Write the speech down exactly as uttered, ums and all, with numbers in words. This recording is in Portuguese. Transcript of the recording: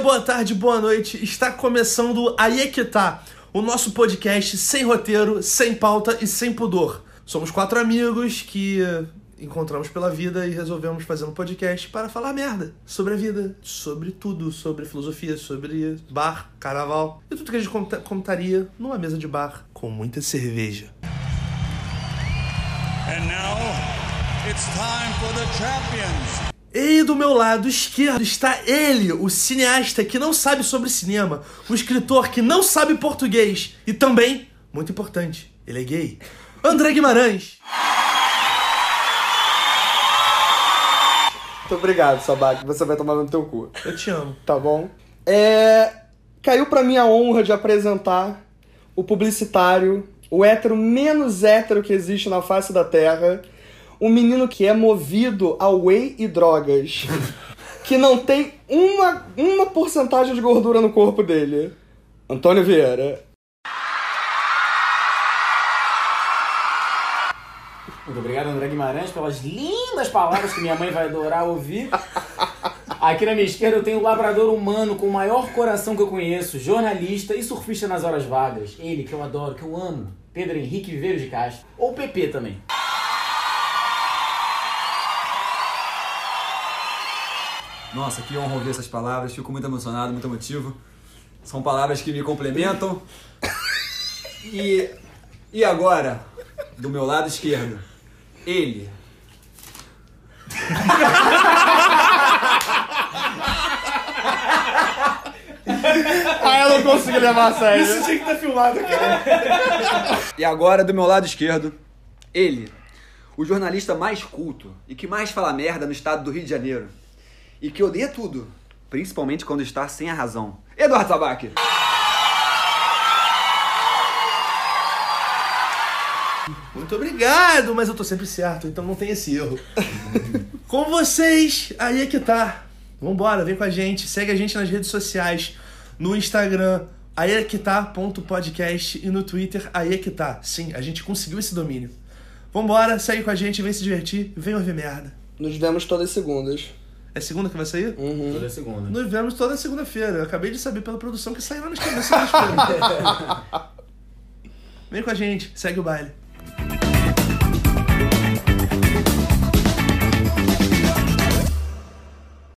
boa tarde, boa noite. Está começando Aí é que tá, o nosso podcast sem roteiro, sem pauta e sem pudor. Somos quatro amigos que encontramos pela vida e resolvemos fazer um podcast para falar merda sobre a vida, sobre tudo, sobre filosofia, sobre bar, carnaval e tudo que a gente conta- contaria numa mesa de bar com muita cerveja. And now, it's time for the champions. E do meu lado esquerdo está ele, o cineasta que não sabe sobre cinema, o escritor que não sabe português e também, muito importante, ele é gay, André Guimarães. Muito obrigado, Sabak. Você vai tomar no teu cu. Eu te amo. Tá bom? É... Caiu pra mim a honra de apresentar o publicitário, o hétero menos hétero que existe na face da Terra, um menino que é movido a whey e drogas, que não tem uma, uma porcentagem de gordura no corpo dele. Antônio Vieira. Muito obrigado, André Guimarães, pelas lindas palavras que minha mãe vai adorar ouvir. Aqui na minha esquerda eu tenho o labrador humano com o maior coração que eu conheço, jornalista e surfista nas horas vagas. Ele que eu adoro, que eu amo, Pedro Henrique Viveiro de Castro, ou P P também. Nossa, que honra ouvir essas palavras, fico muito emocionado, muito emotivo. São palavras que me complementam. E, e agora, do meu lado esquerdo, ele. Ah, eu não consigo levar a sério. Isso tinha que estar filmado, cara. E agora, do meu lado esquerdo, ele. O jornalista mais culto e que mais fala merda no estado do Rio de Janeiro. E que odeia tudo, principalmente quando está sem a razão. Eduardo Sabak. Muito obrigado, mas eu tô sempre certo, então não tem esse erro. Com vocês, aí é que tá. Vambora, vem com a gente, segue a gente nas redes sociais, no Instagram, aí é que tá ponto podcast e no Twitter, aí é que tá. Sim, a gente conseguiu esse domínio. Vambora, segue com a gente, vem se divertir, vem ouvir merda. Nos vemos todas as segundas. É segunda que vai sair? Uhum. Toda segunda. Nos vemos toda segunda-feira. Eu acabei de saber pela produção que saiu lá nas segunda-feira. Vem com a gente, segue o baile.